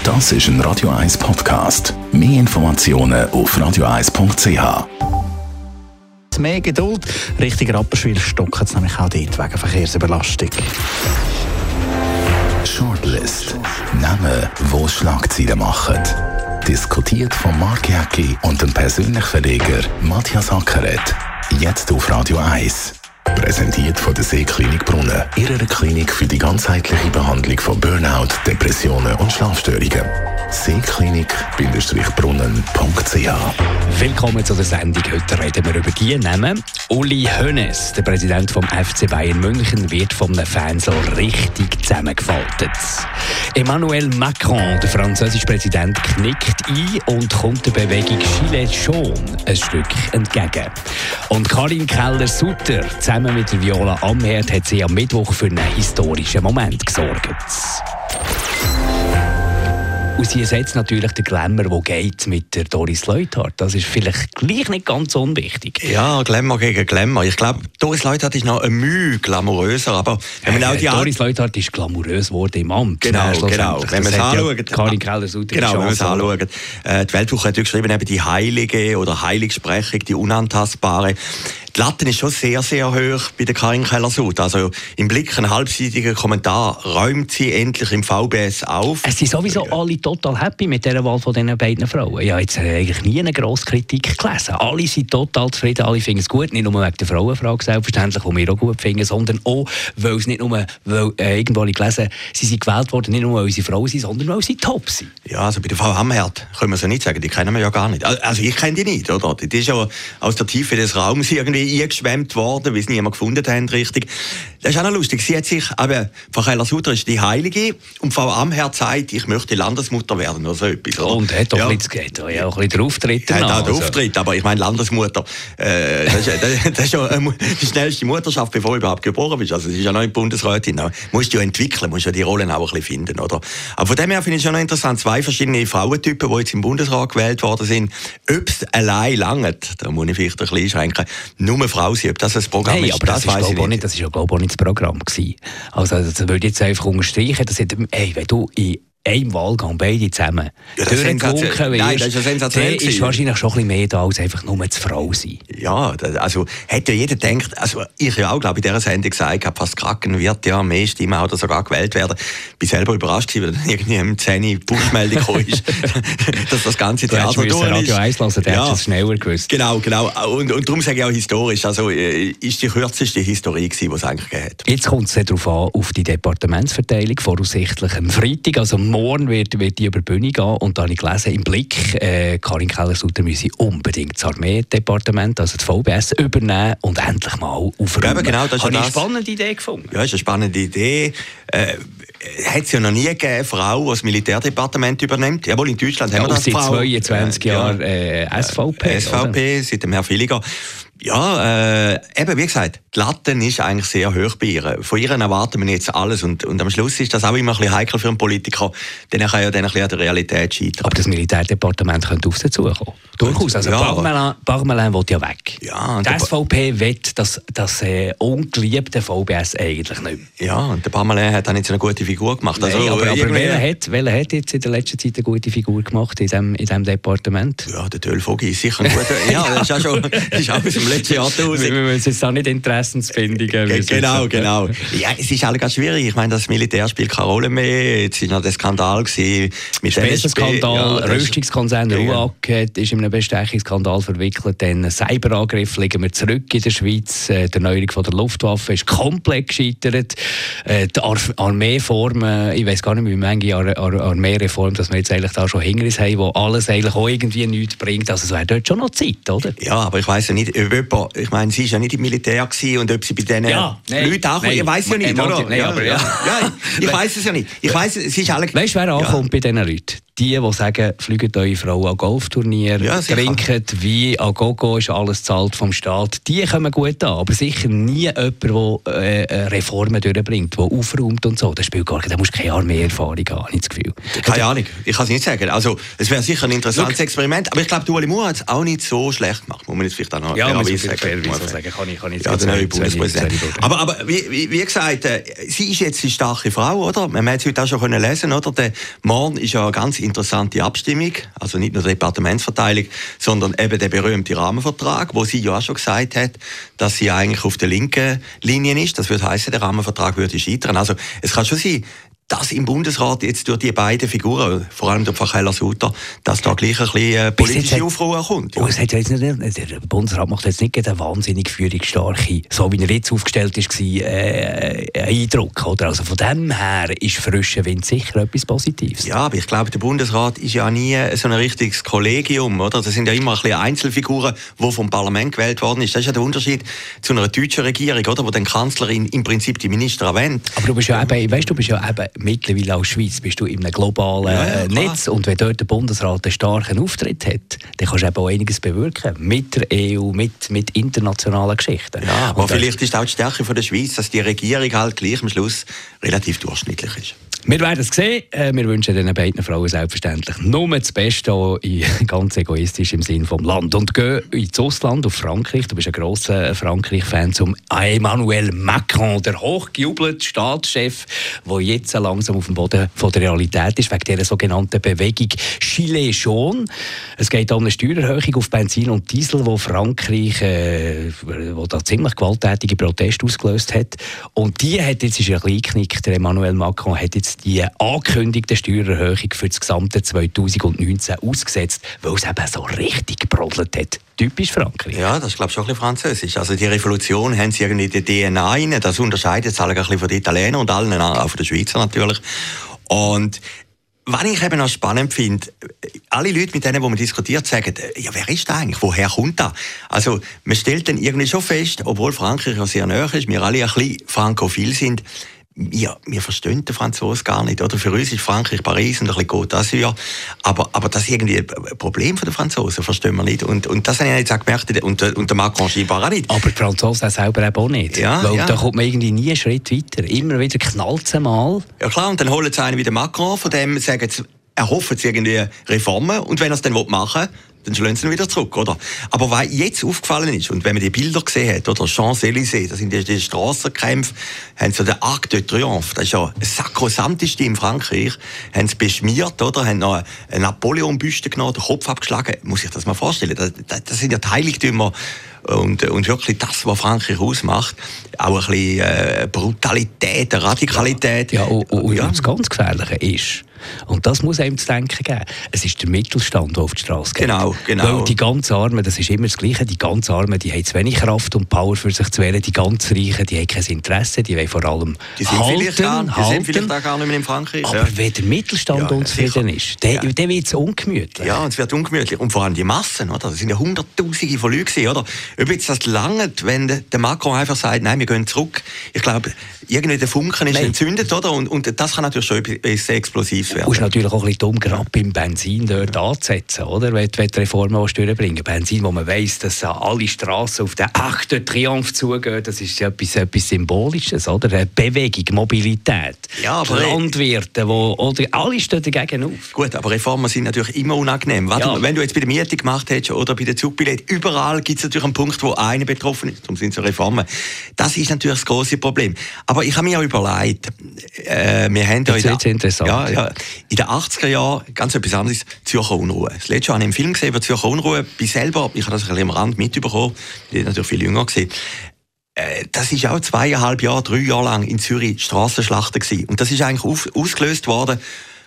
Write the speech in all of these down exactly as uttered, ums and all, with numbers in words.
Das ist ein Radio eins Podcast. Mehr Informationen auf radio eins punkt c h. Mehr Geduld. Richtiger Rapperswil stocken es nämlich auch dort wegen Verkehrsüberlastung. Shortlist. Namen, die Schlagzeilen machen. Diskutiert von Mark Jäcki und dem persönlichen Verleger Matthias Ackeret. Jetzt auf Radio eins. Präsentiert von der Seeklinik Brunnen. Ihrer Klinik für die ganzheitliche Behandlung von Burnout, Depressionen und Schlafstörungen. seeklinik Brunnen punkt c h. Willkommen zu der Sendung. Heute reden wir über die Namen. Uli Hoeneß, der Präsident vom F C Bayern München, wird von einem Fan so richtig zusammengefaltet. Emmanuel Macron, der französische Präsident, knickt ein und kommt der Bewegung Gilets jaunes ein Stück entgegen. Und Karin Keller-Sutter, zusammen mit der Viola Amherd, hat sie am Mittwoch für einen historischen Moment gesorgt. Und sie ersetzt natürlich den Glamour, der geht mit der Doris Leuthard. Das ist vielleicht gleich nicht ganz unwichtig. Ja, Glamour gegen Glamour. Ich glaube, Doris Leuthard ist noch ein Mühe glamouröser, aber wenn man äh, auch die Doris Leuthard ist glamourös geworden im Amt. Genau, genau. Wenn man es anschaut. Karin Keller-Sutter. Genau, wenn man es anschaut. Äh, die Weltwoche hat geschrieben, eben die Heilige oder Heiligsprechung, die Unantastbare. Die Latte ist schon sehr, sehr hoch bei der Karin Keller-Sutter. Also im Blick ein halbseitiger Kommentar räumt sie endlich im V B S auf. Es sind sowieso alle total happy mit dieser Wahl von diesen beiden Frauen. Ich habe jetzt eigentlich nie eine grosse Kritik gelesen. Alle sind total zufrieden, alle finden es gut. Nicht nur wegen der Frauenfrage selbstverständlich, die wir auch gut finden, sondern auch, weil es nicht nur, weil, äh, irgendwo habe ich gelesen, sie sind gewählt worden, nicht nur weil sie Frauen sind, sondern weil sie top sind. Ja, also bei der Frau Amherd können wir es ja nicht sagen, die kennen wir ja gar nicht. Also ich kenne die nicht, oder? Die ist ja aus der Tiefe des Raums irgendwie eingeschwemmt worden, weil sie niemand gefunden haben, richtig. Das ist auch noch lustig. Sie hat sich, aber Frau Keller-Sutter ist die Heilige und Frau Amherd sagt, ich möchte Landesmutter werden oder so etwas. Oder? Und hat auch ja. ein bisschen, ja, auch ein bisschen den Auftritt. Hat auch den also. Auftritt, aber ich meine Landesmutter, äh, das, ist, das, das ist ja die schnellste Mutterschaft, bevor du überhaupt geboren bist. Also das ist ja noch in Bundesrätin. Du musst ja entwickeln, musst ja die Rollen auch ein bisschen finden, oder? Aber von dem her finde ich es schon noch interessant, zwei verschiedene Frauentypen, die jetzt im Bundesrat gewählt worden sind. Ob es allein langt, da muss ich vielleicht ein bisschen einschränken, nur eine Frau sein, ob das ein Programm hey, ist, aber das, das das weiss ich nicht. nicht. Das ist ja, glaube ich, auch nicht das Programm gewesen. Also das würde ich jetzt einfach unterstreichen, dass ich, hey, wenn du in einem Wahlgang beide zusammen ja, durchgewunken wirst, Nein, das ist ja sensationell. Der ist wahrscheinlich schon ein bisschen mehr da, als einfach nur zu Frau sein. Ja, also hätte ja jeder gedacht, also ich ja auch, glaube ich, in dieser Sendung gesagt habe, fast Kraken wird ja mehr Stimmen oder sogar gewählt werden. Ich bin selber überrascht, weil dann irgendwie im zehn Push-Meldung gekommen ist, dass das ganze Theater durch ist. Radio eins hören, der ja. hat es schneller gewusst. Genau, genau. Und, und darum sage ich auch historisch. Also ist die kürzeste Historie gewesen, die es eigentlich gegeben hat. Jetzt kommt es darauf an, auf die Departementsverteilung, voraussichtlich am Freitag, also morgen wird, wird die über die Bühne gehen. Und da habe ich gelesen, im Blick, äh, Karin Keller-Sutter müsse unbedingt das Armeedepartement, also das V B S, übernehmen und endlich mal aufräumen. Ja, genau, das ist habe ich das. eine spannende Idee gefunden. Ja, ist eine spannende Idee. Äh, hat es ja noch nie gegeben, eine Frau, die das Militärdepartement übernimmt. Jawohl, in Deutschland ja, haben wir das. Seit Frau. zweiundzwanzig äh, Jahren äh, S V P. S V P, oder? Seit dem Herrn Villiger. Ja, äh, eben, wie gesagt, die Latte ist eigentlich sehr hoch bei ihr. Von ihr erwarten wir jetzt alles. Und, und am Schluss ist das auch immer ein bisschen heikel für einen Politiker, denn er kann ja dann ein bisschen an der Realität scheitern. Aber das Militärdepartement könnte auf sie zukommen. Durchaus. Also ja, Parmelin, Parmelin will ja weg. Ja, die S V P will das, das äh, ungeliebte V B S eigentlich nicht mehr. Ja, und der Parmelin hat auch nicht so eine gute Figur gemacht. Nein, also, aber aber wer, hat, wer hat jetzt in der letzten Zeit eine gute Figur gemacht in diesem, in diesem Departement? Ja, der Tölfogi ist sicher ein guter. Ja, das ist auch schon das ist auch aus dem letzten Jahr tausend. Wir müssen jetzt auch nicht Interessensbindungen. Genau, genau. Ja, es ist alles ganz schwierig. Ich meine, das Militär spielt keine Rolle mehr. Jetzt war noch der Skandal mit Spesenskandal, ja, Rüstungskonzern ja. RUAG ist in einem Bestechungsskandal verwickelt. Dann Cyberangriff liegen wir zurück in der Schweiz. Die Erneuerung von der Luftwaffe ist komplett gescheitert. Die Ar- Armeeform, ich weiß gar nicht, wie viele Ar- Ar- Armeereform, dass wir jetzt eigentlich da schon hinter uns haben, wo alles eigentlich auch irgendwie nichts bringt. Also es wäre dort schon noch Zeit, oder? Ja, aber ich weiss ja nicht, ob jemand, ich meine, sie war ja nicht im Militär gewesen und ob sie bei diesen ja, nein, Leuten auch, nein, ich weiss ja nicht, nein, oder? Nein, ja, aber ja. ja, ich weiss es ja nicht. Ich weiss, es ist alle... Weißt du, wer ankommt ja. bei diesen Leuten? die, die sagen, fliegt eure Frau an Golfturnier, ja, trinkt wie an Gogo, ist alles zahlt vom Staat, die kommen gut an. Aber sicher nie jemand, der äh, Reformen durchbringt, der aufräumt und so. Das spielt gar nicht. Da musst du keine Armeeerfahrung haben, habe ich das Gefühl. Keine Ahnung, ich kann es nicht sagen. Also, es wäre sicher ein interessantes Look. Experiment, aber ich glaube, Ueli Maurer hat es auch nicht so schlecht gemacht. Muss man jetzt vielleicht auch noch ja, sagen. sagen. sagen. Kann ich, kann ich ja, der neue Bundespräsident. Aber, aber wie, wie, wie gesagt, äh, sie ist jetzt eine starke Frau, oder? Man hat es heute auch schon können lesen, oder? Der morgen ist ja eine ganz interessante Abstimmung, also nicht nur die Departementsverteilung, sondern eben der berühmte Rahmenvertrag, wo sie ja auch schon gesagt hat, dass sie eigentlich auf der linken Linie ist. Das würde heißen, der Rahmenvertrag würde scheitern. Also es kann schon sein, dass im Bundesrat jetzt durch die beiden Figuren, vor allem durch Frau Keller-Sutter, dass da gleich ein bisschen politische Aufruhr kommt. Ja. Oh, es hat ja jetzt nicht, der Bundesrat macht jetzt nicht eine wahnsinnig führungsstarke, so wie er jetzt aufgestellt ist, äh, Eindruck. Oder? Also von dem her ist frischer Wind sicher etwas Positives. Ja, aber ich glaube, der Bundesrat ist ja nie so ein richtiges Kollegium. Oder? Das sind ja immer ein bisschen Einzelfiguren, die vom Parlament gewählt worden sind. Das ist ja der Unterschied zu einer deutschen Regierung, oder? Wo dann die Kanzlerin im Prinzip die Minister erwähnt. Aber du bist ja eben, weißt, du bist ja eben mittlerweile als Schweiz bist du in einem globalen ja, ja, Netz und wenn dort der Bundesrat einen starken Auftritt hat, dann kannst du eben auch einiges bewirken mit der E U, mit, mit internationalen Geschichten. Ja, aber und vielleicht ist auch die Stärke von der Schweiz, dass die Regierung halt gleich am Schluss relativ durchschnittlich ist. Wir werden es sehen. Wir wünschen den beiden Frauen selbstverständlich nur das Beste, auch ganz egoistisch im Sinne vom Land. Und gehen ins Ausland, auf Frankreich. Du bist ein grosser Frankreich-Fan, zum Emmanuel Macron, der hochgejubelte Staatschef, der jetzt langsam auf dem Boden von der Realität ist, wegen dieser sogenannten Bewegung Gilets jaunes. Es geht um eine Steuererhöhung auf Benzin und Diesel, wo Frankreich äh, wo da ziemlich gewalttätige Proteste ausgelöst hat. Und die hat jetzt, ist ein bisschen geknickt, der Emmanuel Macron hat jetzt die angekündigte Steuererhöhung für das gesamte zweitausendneunzehn ausgesetzt, weil es eben so richtig gebrodelt hat. Typisch Frankreich. Ja, das ist, glaube ich, schon ein bisschen französisch. Also die Revolution haben sie irgendwie in die D N A rein. Das unterscheidet es ein bisschen von den Italienern und allen, auch von den Schweizern natürlich. Und was ich eben auch spannend finde, alle Leute, mit denen, die man diskutiert, sagen, ja, wer ist das eigentlich? Woher kommt das? Also, man stellt dann irgendwie schon fest, obwohl Frankreich ja sehr nahe ist, wir alle ein bisschen frankophil sind, wir, wir verstehen den Franzosen gar nicht. Oder? Für uns ist Frankreich Paris und ein bisschen Côte d'Azur. Aber, aber das ist irgendwie ein Problem der Franzosen, verstehen wir nicht. Und, und das habe ich jetzt auch gemerkt, und, und der Macron scheinbar auch nicht. Aber die Franzosen selber eben auch nicht. Ja, weil ja. Da kommt man irgendwie nie einen Schritt weiter. Immer wieder knallt es einmal. Ja klar, und dann holen sie einen wie den Macron, von dem sagen sie, erhoffen sie irgendwie Reformen. Und wenn er es dann machen will, dann schlagen sie ihn wieder zurück, oder? Aber was jetzt aufgefallen ist, und wenn man die Bilder gesehen hat, oder Champs-Élysées, das sind die, die Strassenkämpfe, haben sie den Arc de Triomphe, das ist ja eine sakrosamteste in Frankreich, haben sie beschmiert, oder? Haben noch eine Napoleon-Büste genommen, den Kopf abgeschlagen. Muss ich das mal vorstellen? Das, das, das sind ja die Heiligtümer und, und wirklich das, was Frankreich ausmacht. Auch ein bisschen äh, Brutalität, Radikalität. Ja, und, und, ja. und das ganz Gefährliche ist, und das muss einem zu denken geben, es ist der Mittelstand, der auf die Straße geht. Genau, genau. Weil die ganz Armen, das ist immer das Gleiche, die ganz Armen, die haben zu wenig Kraft und Power für sich zu wehren, die ganz Reichen, die haben kein Interesse, die wollen vor allem die sind halten, vielleicht gar, die halten. sind vielleicht auch gar nicht mehr in Frankreich. Aber ja. wenn der Mittelstand ja, unzufrieden ist, dann ja. wird es ungemütlich. Ja, und es wird ungemütlich. Und vor allem die Massen, oder? Das sind ja Hunderttausende von Leuten, oder? Ob jetzt das langt, wenn der Macron einfach sagt, nein, wir gehen zurück. Ich glaube, irgendwie der Funken ist nein. entzündet, oder? Und, und das kann natürlich schon etwas Explosives werden. Du musst natürlich auch ein bisschen dumm, gerade beim Benzin dort anzusetzen, oder? Wenn du die Reformen durchbringen. Benzin, wo man weiss, dass alle Strassen auf den Arc de Triomphe zugehen, das ist etwas, etwas Symbolisches, oder? Eine Bewegung, Mobilität. Ja, aber Landwirte, wo, oder alle stehen dagegen auf. Gut, aber Reformen sind natürlich immer unangenehm. Warte, ja. Wenn du jetzt bei der Miete gemacht hättest oder bei der Zugbillett, überall gibt es natürlich einen Punkt, wo einer betroffen ist. Darum sind so Reformen. Das ist natürlich das grosse Problem. Aber ich habe mir auch überlegt, äh, wir haben ja in, der, interessant. Ja, ja, in den achtziger Jahren ganz etwas anderes, Zürcher Unruhe. Das letzte Jahr habe ich einen Film gesehen über Zürcher Unruhe. Ich selber, ich habe das ein bisschen am Rand mitbekommen, ich bin natürlich viel jünger gewesen. Äh, das ist auch zweieinhalb Jahre, drei Jahre lang in Zürich Strassenschlachten gewesen. Und das ist eigentlich auf, ausgelöst worden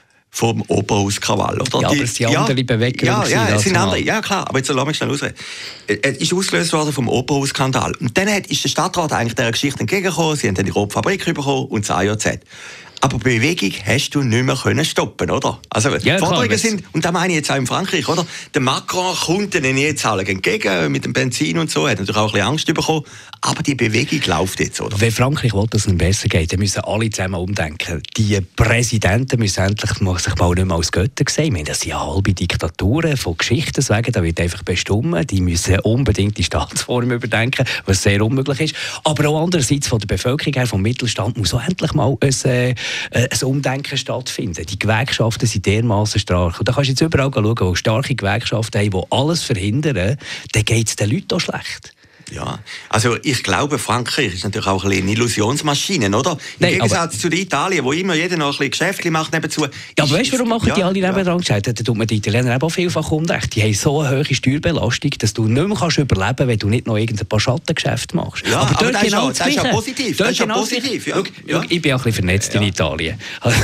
vom Opernhauskrawall. Ja, die, aber es sind andere ja, Beweggründe. Ja, ja, es sind andere, ja, klar, aber jetzt lass mich schnell ausreden. Es ist ausgelöst worden vom Opernhausskandal. Und dann hat, ist der Stadtrat eigentlich dieser Geschichte entgegengekommen, sie haben dann die grobe Fabrik bekommen und das A J Z. Aber Bewegung hast du nicht mehr können stoppen, oder? Also ja, die Forderungen klar, sind, und das meine ich jetzt auch in Frankreich, oder? Der Macron kommt ihnen jetzt alle entgegen mit dem Benzin und so, hat natürlich auch ein bisschen Angst bekommen, aber die Bewegung läuft jetzt, oder? Wenn Frankreich will, dass es ihnen besser geht, dann müssen alle zusammen umdenken. Die Präsidenten müssen endlich sich mal nicht mehr als Götter sehen. Wir haben das ja halbe Diktaturen von Geschichten wegen, da wird einfach bestimmt. Die müssen unbedingt die Staatsform überdenken, was sehr unmöglich ist. Aber auch andererseits von der Bevölkerung her, vom Mittelstand, muss auch endlich mal ein, äh, ein Umdenken stattfinden. Die Gewerkschaften sind dermassen stark. Und da kannst du jetzt überall schauen, wo starke Gewerkschaften haben, die alles verhindern, dann geht es den Leuten auch schlecht. Ja, also ich glaube, Frankreich ist natürlich auch ein bisschen eine Illusionsmaschine, oder? Im Nein, Gegensatz zu Italien, wo immer jeder noch ein bisschen Geschäftchen macht nebenzu. Ja, aber weißt du, warum machen ja, die alle nebenan ja. Geschäfte? Da tut man die Italiener auch vielfach unrecht. Die haben so eine hohe Steuerbelastung, dass du nicht mehr kannst überleben kannst, wenn du nicht noch irgendein paar Schattengeschäfte machst. Ja, aber, aber das, genau ist ja, das ist ja positiv. Das ist ja genau positiv ja. Schau, ja. Schau, ich bin auch ein bisschen vernetzt ja. in Italien,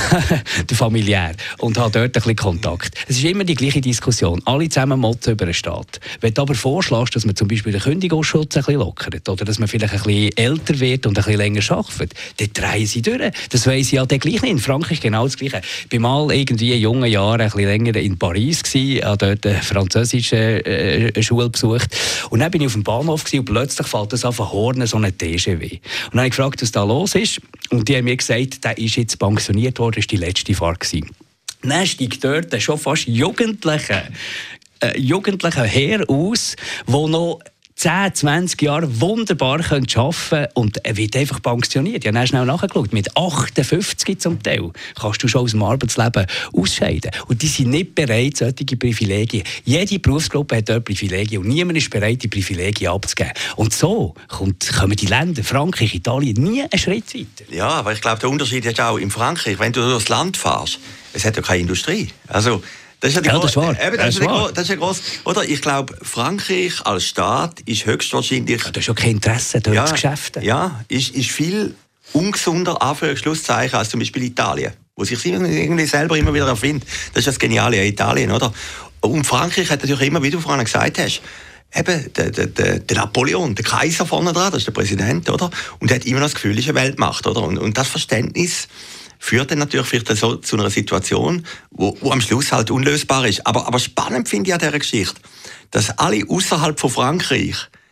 der familiär, und habe dort ein bisschen Kontakt. Es ist immer die gleiche Diskussion. Alle zusammen motzen über den Staat. Wenn du aber vorschlägst, dass man zum Beispiel den Kündigungsschutz ein bisschen lockert, oder dass man vielleicht ein bisschen älter wird und ein bisschen länger arbeitet, dann drehen sie durch. Das weiss ich ja dann gleich nicht. In Frankreich genau das Gleiche. Ich war mal irgendwie in jungen Jahren ein bisschen länger in Paris, habe dort eine französische äh, Schule besucht. Und dann bin ich auf dem Bahnhof und plötzlich fällt das auf den Horn, so ein T G V. Und dann habe ich gefragt, was da los ist. Und die haben mir gesagt, der ist jetzt pensioniert worden, das war die letzte Fahrt gewesen. Dann steigt dort schon fast Jugendliche, äh, Jugendliche Herr aus, die noch zehn, zwanzig Jahre wunderbar arbeiten können und er wird einfach pensioniert. Ich habe schnell nachgeschaut. Mit achtundfünfzig zum Teil kannst du schon aus dem Arbeitsleben ausscheiden. Und die sind nicht bereit, solche Privilegien. Jede Berufsgruppe hat dort Privilegien und niemand ist bereit, die Privilegien abzugeben. Und so kommt, kommen die Länder, Frankreich, Italien, nie einen Schritt weiter. Ja, aber ich glaube, der Unterschied ist auch in Frankreich, wenn du durchs Land fährst, es hat ja keine Industrie. Also, Das ist ja, die ja, das ist wahr. Eben, das, das, ist ist ja das ist ja gross. Oder ich glaube, Frankreich als Staat ist höchstwahrscheinlich... Ja, du hast ja kein Interesse, dort ja, zu geschäften. Ja, ist, ist viel ungesunder, Anführungszeichen, als zum Beispiel Italien, wo sich irgendwie selber immer wieder erfindet. Das ist das Geniale an Italien, oder? Und Frankreich hat natürlich immer, wie du vorhin gesagt hast, eben der, der, der, der Napoleon, der Kaiser vorne dran, das ist der Präsident, oder? Und er hat immer noch das Gefühl, er ist eine Weltmacht, oder? Und, und das Verständnis führt dann natürlich vielleicht so zu einer Situation, wo, wo am Schluss halt unlösbar ist. Aber, aber spannend finde ich an dieser Geschichte, dass alle außerhalb von Frankreich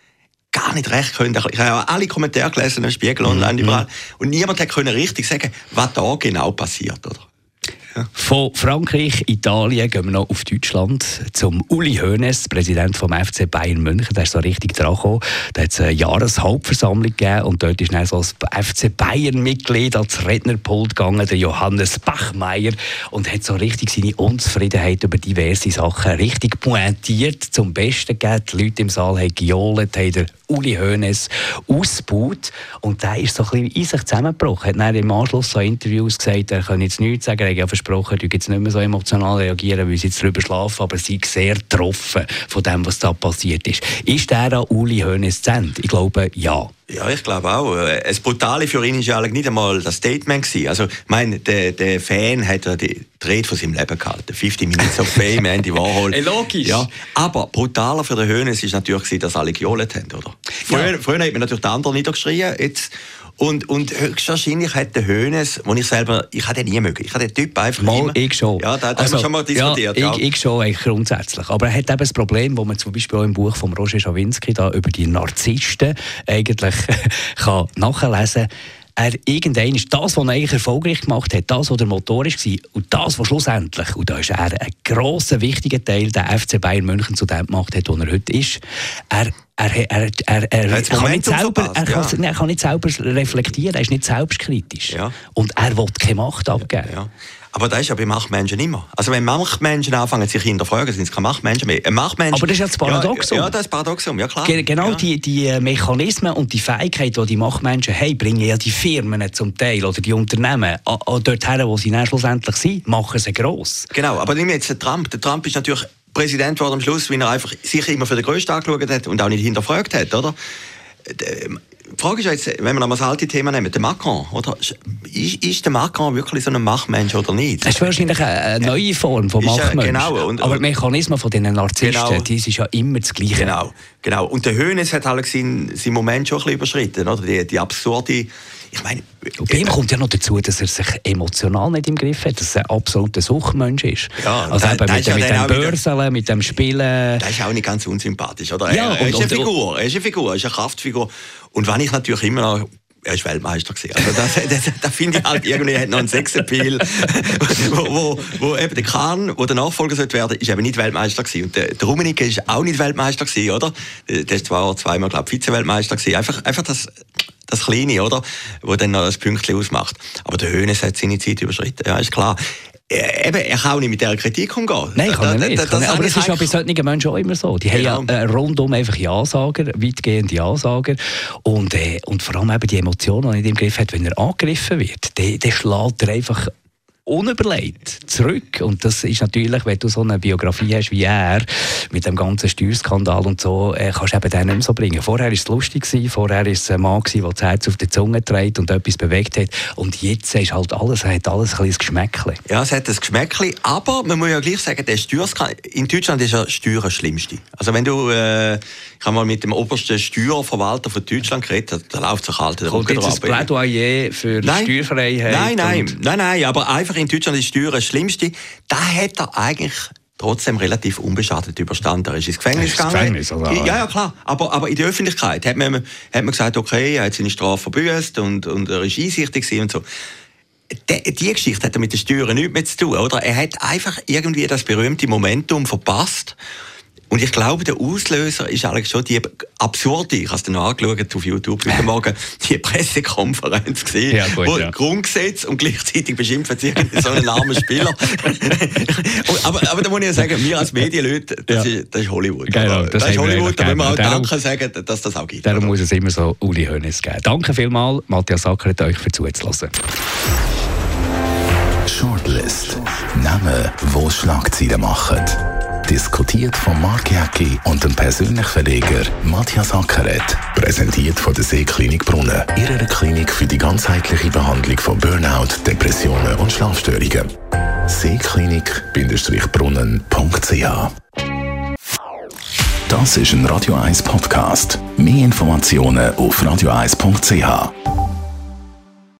gar nicht recht können. Ich habe ja alle Kommentare gelesen, im Spiegel online, mhm. überall. Und niemand hat können richtig sagen, was da genau passiert, oder? Ja. Von Frankreich, Italien gehen wir noch auf Deutschland zum Uli Hoeneß, Präsident vom F C Bayern München. Der ist so richtig dran gekommen. Da hat es eine Jahreshauptversammlung gegeben und dort ist dann so das F C Bayern-Mitglied ans Rednerpult gegangen, der Johannes Bachmeier, und hat so richtig seine Unzufriedenheit über diverse Sachen richtig pointiert zum Besten gegeben. Die Leute im Saal haben gejohlt, haben der Uli Hoeneß ausgebaut und der ist so ein bisschen in sich zusammengebrochen. Er hat dann im Anschluss so Interviews gesagt, er kann jetzt nichts sagen, er hat ja versprochen, er jetzt nicht mehr so emotional reagieren, weil sie jetzt darüber schlafen, aber sie ist sehr getroffen von dem, was da passiert ist. Ist der an Uli Hoeneß zu Ende? Ich glaube, ja. Ja, ich glaube auch. Das Brutale für ihn war ja nicht einmal das Statement gewesen. Also, ich meine, der, der Fan hat ja die Rede von seinem Leben gehalten. fifty Minutes of Fame, Andy Warhol. Hey, logisch. Ja, aber brutaler für den Hoeneß war natürlich, dass alle gejohlt haben, oder? Früher, ja. früher hat man natürlich den anderen niedergeschrien. Jetzt Und, und höchstwahrscheinlich hat der Hoeneß, wo ich selber, ich hatte den nie mögen. Ich hatte den Typ einfach mal, immer. ich schon. Ja, da, da also, haben wir schon mal diskutiert. Ja, ja. Ich, ich schon eigentlich grundsätzlich. Aber er hat eben das Problem, wo man zum Beispiel auch im Buch von Roger Schawinski da über die Narzissten eigentlich kann nachlesen kann. Er irgendwann ist das, was er eigentlich erfolgreich gemacht hat, das, was der Motor war, und das, was schlussendlich, und da ist er ein grosser, wichtiger Teil, der F C Bayern München zu dem gemacht hat, wo er heute ist. Er Er, er, er, er, er, kann nicht selber, er, kann, ja. er kann nicht selber reflektieren, er ist nicht selbstkritisch. Ja. Und er will keine Macht abgeben. Ja. Aber das ist ja bei Machtmenschen immer. Also wenn Machtmenschen anfangen, sich hinterfragen, sind es keine Machtmenschen mehr. Ein Machtmensch, aber das ist ja das Paradoxum. Ja, ja, das ist das Paradoxum, ja klar. Ge- genau ja. Die, die Mechanismen und die Fähigkeiten, die die Machtmenschen haben, bringen ja die Firmen zum Teil oder die Unternehmen a- a- dorthin, wo sie dann schlussendlich sind, machen sie gross. Genau, aber nehmen wir jetzt den Trump. Der Trump ist natürlich Präsident wurde am Schluss, weil er einfach sich immer für den Größten angeschaut hat und auch nicht hinterfragt hat, oder? Die Frage ist jetzt, wenn wir nochmal das alte Thema nehmen, der Macron, oder? Ist, ist der Macron wirklich so ein Machtmensch oder nicht? Das ist wahrscheinlich eine neue Form von Machtmensch. Genau. Und, aber die Mechanismen von diesen Narzissten, genau. Das ist ja immer das Gleiche. Genau, genau. Und der Hoeneß hat halt seinen, seinen Moment schon ein bisschen überschritten, oder? Die, die absurde, ich meine... Und bei ihm kommt ja noch dazu, dass er sich emotional nicht im Griff hat, dass er ein absoluter Suchtmensch ist. Ja, also da, eben da mit, ja mit dem Börseln, wieder, mit dem Spielen. Das ist auch nicht ganz unsympathisch, oder? Ja, er, er und, ist eine und, Figur, er ist eine Figur, er ist eine Kraftfigur. Und wenn ich natürlich immer noch... Er ist Weltmeister gewesen. Also das, das, das finde ich halt irgendwie, er hat noch einen Sexappeal, wo, wo, wo eben der Kahn, wo der Nachfolger sollte werden, ist eben nicht Weltmeister gewesen. Und der, der Rummenigge ist auch nicht Weltmeister gewesen, oder? Der ist zwar zweimal, glaube ich, Vize-Weltmeister gewesen. Einfach, einfach das, das Kleine, oder? Wo dann noch das Pünktchen ausmacht. Aber der Hoeneß hat seine Zeit überschritten, ja, ist klar. Eben, er kann auch nicht mit dieser Kritik umgehen. Nein, kann er nicht. Das, das, das aber das ist ja bei solchen Menschen auch immer so. Die genau. haben ja äh, rundum einfach Ja-Sager, weitgehend Ja-Sager. Und, äh, und vor allem eben die Emotionen, die er nicht im Griff hat, wenn er angegriffen wird, dann, dann schlägt er einfach unüberlegt zurück. Und das ist natürlich, wenn du so eine Biografie hast wie er, mit dem ganzen Steuerskandal und so, äh, kannst du eben den nicht mehr so bringen. Vorher war es lustig gewesen, vorher war es ein Mann gewesen, der das Herz auf die Zunge trägt und etwas bewegt hat. Und jetzt ist halt alles, hat alles ein kleines Geschmäckchen. Ja, es hat ein Geschmäckchen, aber man muss ja gleich sagen, der Steuerskandal, in Deutschland ist ja Steuern das Schlimmste. Also wenn du, äh, ich habe mal mit dem obersten Steuerverwalter von Deutschland geredet, da, da läuft sich halt der Rücken drauf. Kommt jetzt ein Plädoyer für nein, Steuerfreiheit? Nein, nein, nein, nein, aber einfach in Deutschland ist Steuern das Schlimmste. Da hat er eigentlich trotzdem relativ unbeschadet überstanden. Er ist ins Gefängnis gegangen. Gefängnis, oder? Ja, ja, klar. Aber, aber in der Öffentlichkeit hat man, hat man gesagt, okay, er hat seine Strafe verbüßt und, und er ist einsichtig und so. Die, die Geschichte hat er mit den Steuern nichts mehr zu tun, oder? Er hat einfach irgendwie das berühmte Momentum verpasst. Und ich glaube, der Auslöser ist eigentlich schon die absurde, ich habe es dann noch angeschaut auf YouTube heute Morgen, die Pressekonferenz gesehen, ja, gut, wo ja. Grundgesetz und gleichzeitig beschimpft sich so einen armen Spieler. aber, aber da muss ich ja sagen, wir als Medienleute, das, ja. ist, das ist Hollywood. Genau, das, das ist Hollywood, da müssen wir auch darum, Danke sagen, dass das auch gibt. Darum oder? Muss es immer so Uli Hoeneß geben. Danke vielmals, Matthias Sackeret, euch für zuzulassen. Shortlist. Namen, die Schlagzeilen machen. Diskutiert von Mark Jäcki und dem persönlichen Verleger Matthias Sackeret. Präsentiert von der Seeklinik Brunnen. Ihrer Klinik für die ganzheitliche Behandlung von Burnout, Depressionen und Schlafstörungen. seeklinik Brunnen punkt c h. Das ist ein Radio eins Podcast. Mehr Informationen auf radio eins punkt c h.